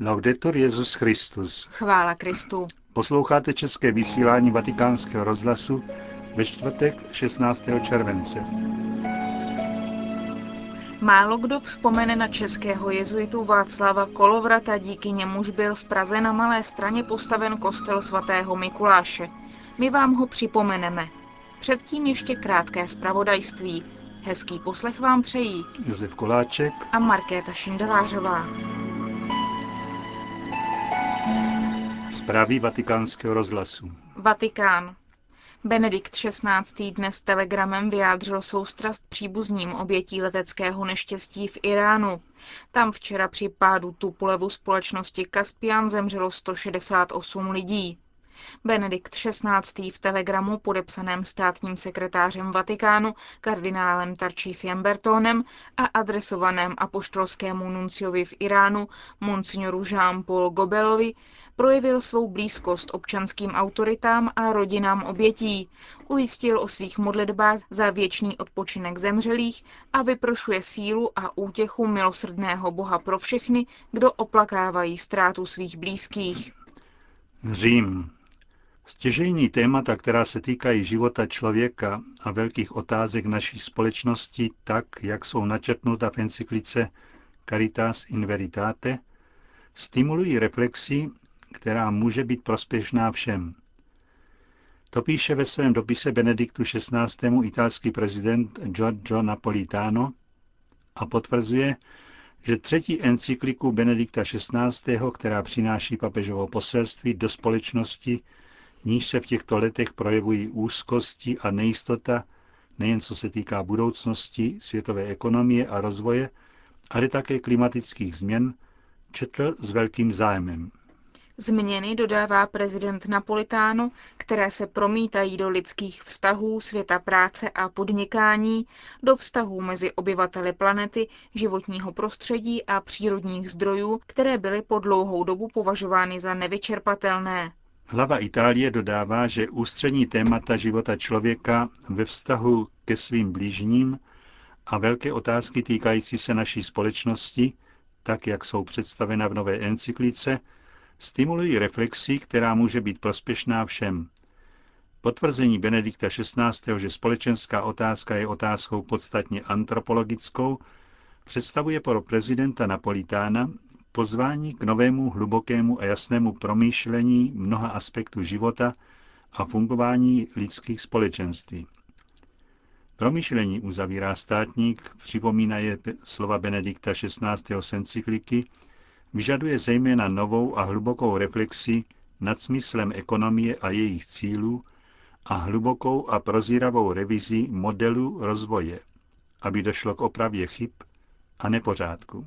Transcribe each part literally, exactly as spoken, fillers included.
Laudetur Jesus Christus. Chvála Kristu. Posloucháte české vysílání Vatikánského rozhlasu ve čtvrtek šestnáctého července. Málo kdo vzpomene na českého jezuitu Václava Kolovrata, díky němuž byl v Praze na Malé Straně postaven kostel svatého Mikuláše. My vám ho připomeneme. Předtím ještě krátké zpravodajství. Hezký poslech vám přejí Josef Koláček a Markéta Šindelářová. Zprávy Vatikánského rozhlasu. Vatikán. Benedikt šestnáctý dnes telegramem vyjádřil soustrast příbuzným obětí leteckého neštěstí v Iránu. Tam včera při pádu Tupolevu společnosti Caspian zemřelo sto šedesát osm lidí. Benedikt šestnáctý v telegramu podepsaném státním sekretářem Vatikánu kardinálem Tarcísiem Bertónem a adresovaném apoštolskému nunciovi v Iránu monsignoru Jean-Paul Gobelovi projevil svou blízkost občanským autoritám a rodinám obětí, ujistil o svých modlitbách za věčný odpočinek zemřelých a vyprošuje sílu a útěchu milosrdného Boha pro všechny, kdo oplakávají ztrátu svých blízkých. Řím. Stěžejní témata, která se týkají života člověka a velkých otázek naší společnosti tak, jak jsou načrtnuta v encyklice Caritas in Veritate, stimulují reflexi, která může být prospěšná všem. To píše ve svém dopise Benediktu šestnáctému italský prezident Giorgio Napolitano a potvrzuje, že třetí encykliku Benedikta šestnáctého, která přináší papežovo poselství do společnosti, níž se v těchto letech projevují úzkosti a nejistota, nejen co se týká budoucnosti, světové ekonomie a rozvoje, ale také klimatických změn, četl s velkým zájmem. Změny, dodává prezident Napolitano, které se promítají do lidských vztahů, světa práce a podnikání, do vztahů mezi obyvateli planety, životního prostředí a přírodních zdrojů, které byly po dlouhou dobu považovány za nevyčerpatelné. Hlava Itálie dodává, že ústřední témata života člověka ve vztahu ke svým blížním a velké otázky týkající se naší společnosti, tak jak jsou představena v nové encyklice, stimulují reflexi, která může být prospěšná všem. Potvrzení Benedikta šestnáctého, že společenská otázka je otázkou podstatně antropologickou, představuje pro prezidenta Napolitána pozvání k novému, hlubokému a jasnému promýšlení mnoha aspektů života a fungování lidských společenství. Promýšlení, uzavírá státník, připomínaje slova Benedikta šestnáctého z encykliky, vyžaduje zejména novou a hlubokou reflexi nad smyslem ekonomie a jejich cílů a hlubokou a prozíravou revizi modelu rozvoje, aby došlo k opravě chyb a nepořádku.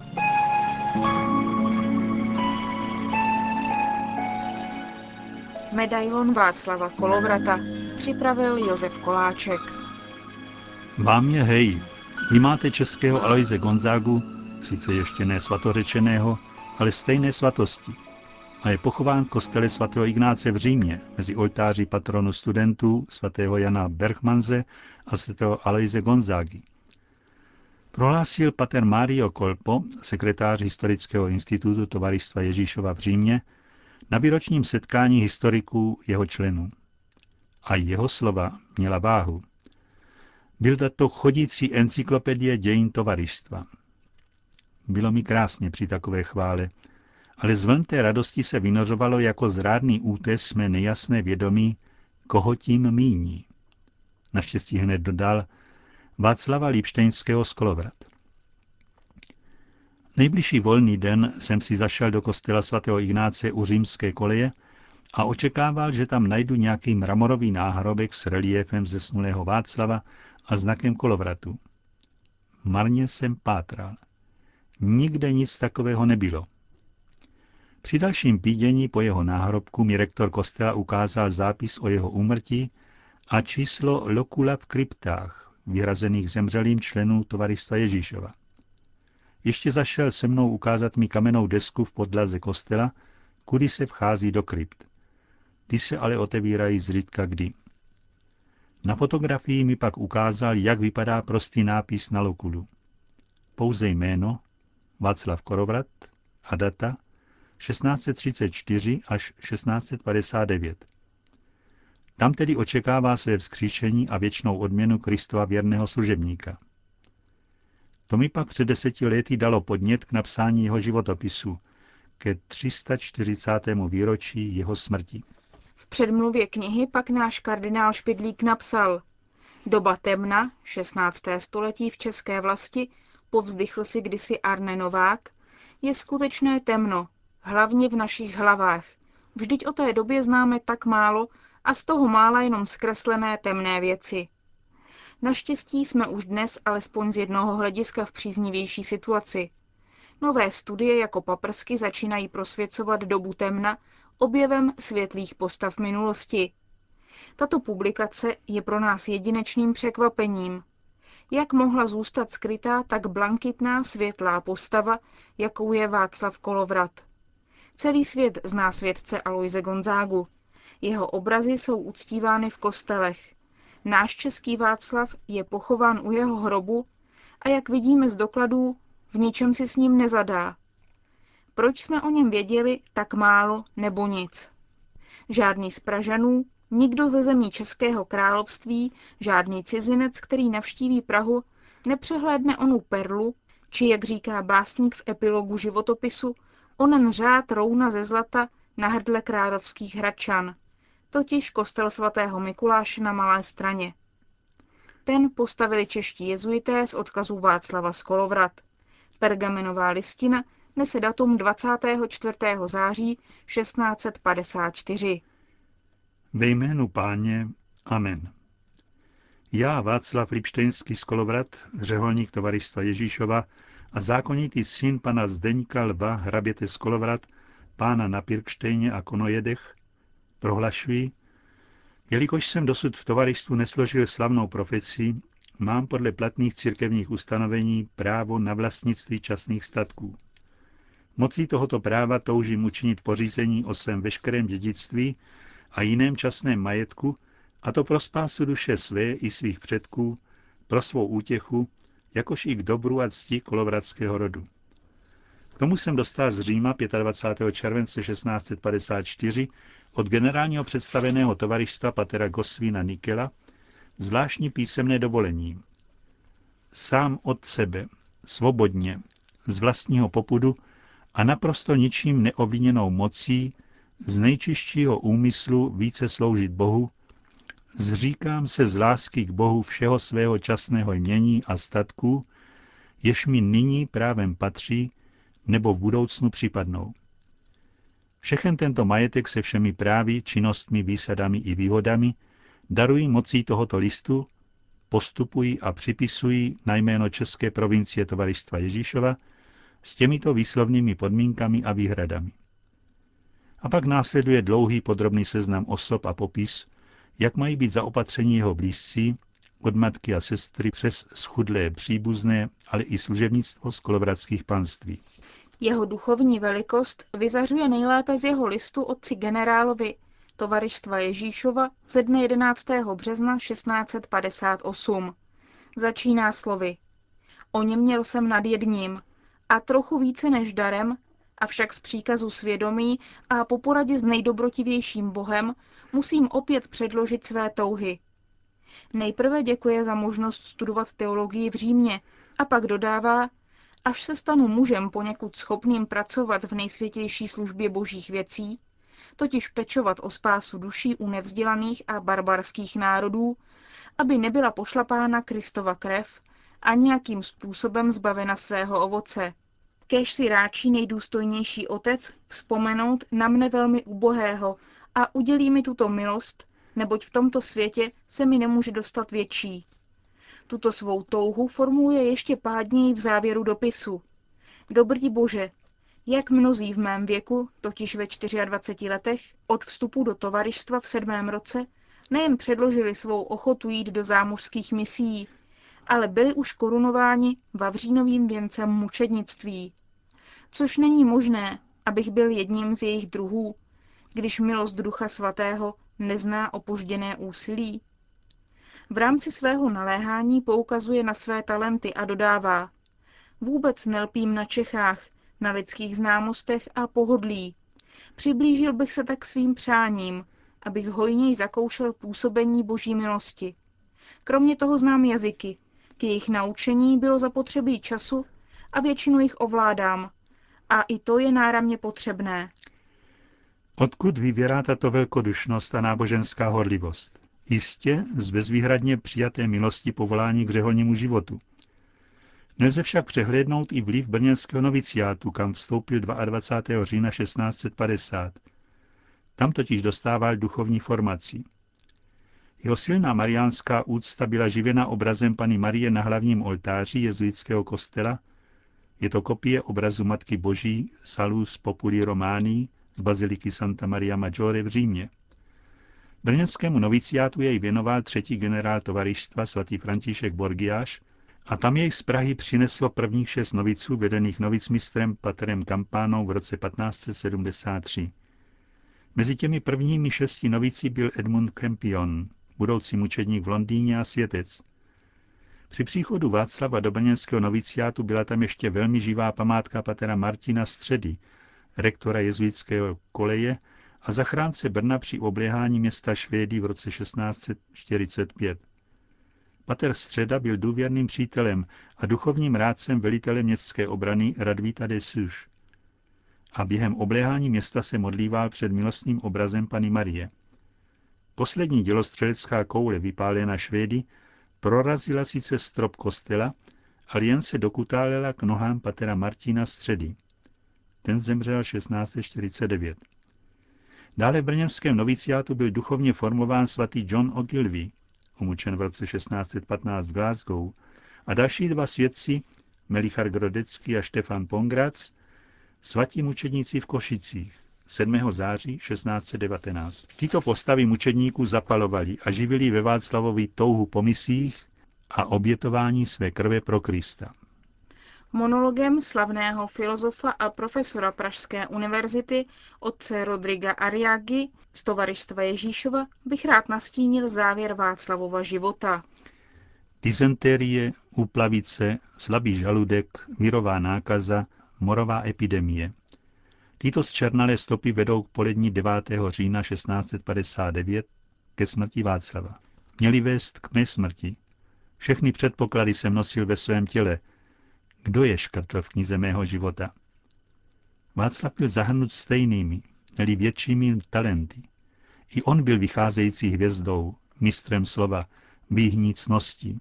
Medailon Václava Kolovrata připravil Josef Koláček. Vám je hej, vy máte českého Aloise Gonzágu, sice ještě ne svatořečeného, ale stejné svatosti, a je pochován v kostele svatého Ignáce v Římě mezi oltáři patronu studentů svatého Jana Bergmanse a svatého Aloise Gonzágy. Prohlásil pater Mario Colpo, sekretář Historického institutu Tovaristva Ježíšova v Římě, na výročním setkání historiků jeho členů. A jeho slova měla váhu. Byl to chodící encyklopedie dějin tovaristva. Bylo mi krásně při takové chvále, ale z vln té radosti se vynořovalo jako zrádný útes mé nejasné vědomí, koho tím míní. Naštěstí hned dodal Václava Lipštejnského z Kolovrat. Nejbližší volný den jsem si zašel do kostela svatého Ignáce u Římské koleje a očekával, že tam najdu nějaký mramorový náhrobek s reliéfem zesnulého Václava a znakem Kolovratu. Marně jsem pátral. Nikde nic takového nebylo. Při dalším pídění po jeho náhrobku mi rektor kostela ukázal zápis o jeho úmrtí a číslo lokula v kryptách, vyhrazených zemřelým členů Tovaristva Ježíšova. Ještě zašel se mnou ukázat mi kamennou desku v podlaze kostela, kudy se vchází do krypt. Ty se ale otevírají zřídka kdy. Na fotografii mi pak ukázal, jak vypadá prostý nápis na lokulu. Pouze jméno, Václav Kolovrat, a data šestnáct set třicet čtyři až šestnáct set padesát devět. Tam tedy očekává své vzkříšení a věčnou odměnu Kristova věrného služebníka. To mi pak před deseti lety dalo podnět k napsání jeho životopisu ke tři sta čtyřicátému výročí jeho smrti. V předmluvě knihy pak náš kardinál Špidlík napsal: Doba temna, šestnácté století v české vlasti, povzdychl si kdysi Arne Novák, je skutečné temno, hlavně v našich hlavách. Vždyť o té době známe tak málo a z toho mála jenom zkreslené temné věci. Naštěstí jsme už dnes alespoň z jednoho hlediska v příznivější situaci. Nové studie jako paprsky začínají prosvěcovat dobu temna objevem světlých postav minulosti. Tato publikace je pro nás jedinečným překvapením. Jak mohla zůstat skrytá tak blankitná světlá postava, jakou je Václav Kolovrat? Celý svět zná světce Aloise Gonzágu. Jeho obrazy jsou uctívány v kostelech. Náš český Václav je pochován u jeho hrobu a jak vidíme z dokladů, v ničem si s ním nezadá. Proč jsme o něm věděli tak málo nebo nic? Žádný z Pražanů, nikdo ze zemí Českého království, žádný cizinec, který navštíví Prahu, nepřehlédne onu perlu, či, jak říká básník v epilogu životopisu, onen řád rouna ze zlata na hrdle královských Hradčan, totiž kostel svatého Mikuláše na Malé Straně. Ten postavili čeští jezuité z odkazů Václava z Kolovrat. Pergamenová listina nese datum dvacátého čtvrtého září šestnáct set padesát čtyři. Ve jménu Páně, amen. Já, Václav Lipštejnský z Kolovrat, řeholník Tovarystva Ježíšova a zákonitý syn pana Zdeňka Lva hraběte z Kolovrat, pána na Pirkštejně a Konojedech, prohlašuji, jelikož jsem dosud v tovarystvu nesložil slavnou profesi, mám podle platných církevních ustanovení právo na vlastnictví časných statků. Mocí tohoto práva toužím učinit pořízení o svém veškerém dědictví a jiném časném majetku, a to pro spásu duše své i svých předků, pro svou útěchu, jakož i k dobru a cti kolovratského rodu. K tomu jsem dostal z Říma dvacátého pátého července šestnáct set padesát čtyři od generálního představeného tovaristva patera Gosvína Nikela zvláštní písemné dovolení. Sám od sebe, svobodně, z vlastního popudu a naprosto ničím neobviněnou mocí, z nejčistšího úmyslu více sloužit Bohu, zříkám se z lásky k Bohu všeho svého časného jmění a statků, jež mi nyní právem patří, nebo v budoucnu připadnou. Všechen tento majetek se všemi právy, činnostmi, výsadami i výhodami darují mocí tohoto listu, postupují a připisují na jméno České provincie Tovarystva Ježíšova s těmito výslovnými podmínkami a výhradami. A pak následuje dlouhý podrobný seznam osob a popis, jak mají být zaopatření jeho blízcí, od matky a sestry přes schudlé příbuzné, ale i služebnictvo z kolovratských panství. Jeho duchovní velikost vyzařuje nejlépe z jeho listu otci generálovi Tovarystva Ježíšova ze dne jedenáctého března šestnáct set padesát osm. Začíná slovy: Oněměl jsem nad jedním, a trochu více než darem, avšak z příkazu svědomí a po poradě s nejdobrotivějším Bohem musím opět předložit své touhy. Nejprve děkuje za možnost studovat teologii v Římě a pak dodává, až se stanu mužem poněkud schopným pracovat v nejsvětější službě božích věcí, totiž pečovat o spásu duší u nevzdělaných a barbarských národů, aby nebyla pošlapána Kristova krev a nějakým způsobem zbavena svého ovoce. Kéž si ráčí nejdůstojnější otec vzpomenout na mne velmi ubohého a udělí mi tuto milost, neboť v tomto světě se mi nemůže dostat větší. Tuto svou touhu formuluje ještě pádněji v závěru dopisu. Dobrý Bože, jak mnozí v mém věku, totiž ve dvaceti čtyřech letech, od vstupu do tovarystva v sedmém roce, nejen předložili svou ochotu jít do zámořských misií, ale byli už korunováni vavřínovým věncem mučednictví. Což není možné, abych byl jedním z jejich druhů, když milost Ducha Svatého nezná opožděné úsilí. V rámci svého naléhání poukazuje na své talenty a dodává: Vůbec nelpím na Čechách, na lidských známostech a pohodlí. Přiblížil bych se tak svým přáním, abych hojněji zakoušel působení Boží milosti. Kromě toho znám jazyky. K jejich naučení bylo zapotřebí času a většinu jich ovládám. A i to je náramně potřebné. Odkud vyvěrá tato velkodušnost a náboženská horlivost? Jistě z bezvýhradně přijaté milosti povolání k řeholnímu životu. Nelze však přehlédnout i vliv brněnského noviciátu, kam vstoupil dvacátého druhého října šestnáct set padesát. Tam totiž dostával duchovní formaci. Jeho silná mariánská úcta byla živěna obrazem Panny Marie na hlavním oltáři jezuitského kostela. Je to kopie obrazu Matky Boží Salus Populi Romani z baziliky Santa Maria Maggiore v Římě. Brněnskému noviciátu jej věnoval třetí generál tovarištva svatý František Borgiáš a tam jej z Prahy přineslo prvních šest noviců vedených novicmistrem paterem Campánou v roce patnáct set sedmdesát tři. Mezi těmi prvními šesti novici byl Edmund Campion, budoucí mučedník v Londýně a světec. Při příchodu Václava do brněnského noviciátu byla tam ještě velmi živá památka patera Martina Středy, rektora jezuitského koleje a zachránce Brna při obléhání města Švédy v roce šestnáct set čtyřicet pět. Pater Středa byl důvěrným přítelem a duchovním rádcem velitele městské obrany Radvíta de Suš. A během obléhání města se modlíval před milostným obrazem Panny Marie. Poslední dělostřelecká koule vypálená Švédy prorazila sice strop kostela, ale jen se dokutálela k nohám patera Martina Středy. Ten zemřel šestnáct set čtyřicet devět. Dále v brněnském noviciátu byl duchovně formován svatý John Ogilvy, umučen v roce šestnáct set patnáct v Glasgow, a další dva svědci, Melichar Grodecký a Štefan Pongrac, svatí mučedníci v Košicích, sedmého září šestnáct set devatenáct. Tyto postavy mučedníků zapalovali a živili ve Václavovi touhu po misích a obětování své krve pro Krista. Monologem slavného filozofa a profesora Pražské univerzity otce Rodriga Arriagy z Tovarištva Ježíšova bych rád nastínil závěr Václavova života. Dysenterie, úplavice, slabý žaludek, virová nákaza, morová epidemie. Tyto zčernalé stopy vedou k polední devátého října šestnáct set padesát devět ke smrti Václava. Měly vést k mé smrti. Všechny předpoklady jsem nosil ve svém těle. Kdo je škrtl v knize mého života? Václav byl zahrnut stejnými, neli většími talenty. I on byl vycházející hvězdou, mistrem slova, výhní cností.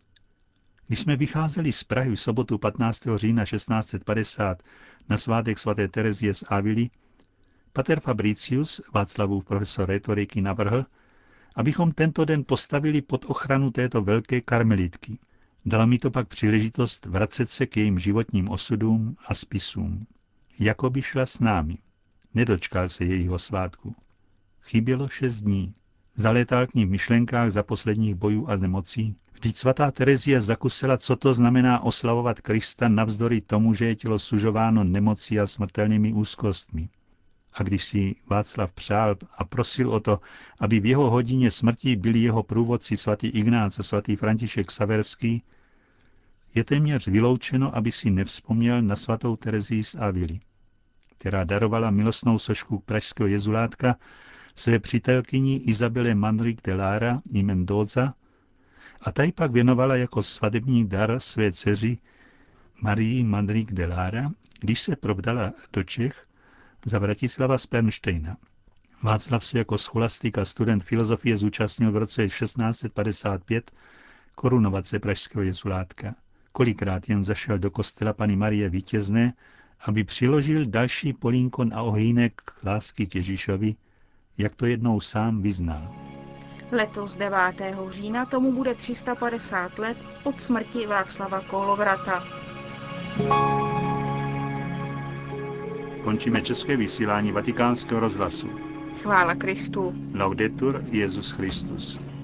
Když jsme vycházeli z Prahy v sobotu patnáctého října šestnáct set padesát na svátek svaté Terezie z Avily, pater Fabricius, Václavův profesor rétoriky, navrhl, abychom tento den postavili pod ochranu této velké karmelitky. Dala mi to pak příležitost vracet se k jejím životním osudům a spisům. Jakoby šla s námi. Nedočkal se jejího svátku. Chybělo šest dní. Zalétal k ní v myšlenkách za posledních bojů a nemocí. Vždyť svatá Terezie zakusila, co to znamená oslavovat Krista navzdory tomu, že je tělo sužováno nemocí a smrtelnými úzkostmi. A když si Václav přál a prosil o to, aby v jeho hodině smrti byli jeho průvodci svatý Ignác a svatý František Saverský, je téměř vyloučeno, aby si nevzpomněl na svatou Terezii z Avily, která darovala milostnou sošku pražského jezulátka své přítelkyni Isabele Manrique de Lara i Mendoza a ta ji pak věnovala jako svatební dar své dceři Marii Manrique de Lara, když se provdala do Čech za Vratislava z Pernštejna. Václav se jako scholastik a student filozofie zúčastnil v roce šestnáct set padesát pět korunovace pražského jezulátka. Kolikrát jen zašel do kostela Panny Marie Vítězné, aby přiložil další polínkon a ohýnek lásky k Ježíšovi, jak to jednou sám vyznal. Letos devátého října tomu bude tři sta padesát let od smrti Václava Kolovrata. Končíme české vysílání Vatikánského rozhlasu. Chvála Kristu. Laudetur Jesus Christus.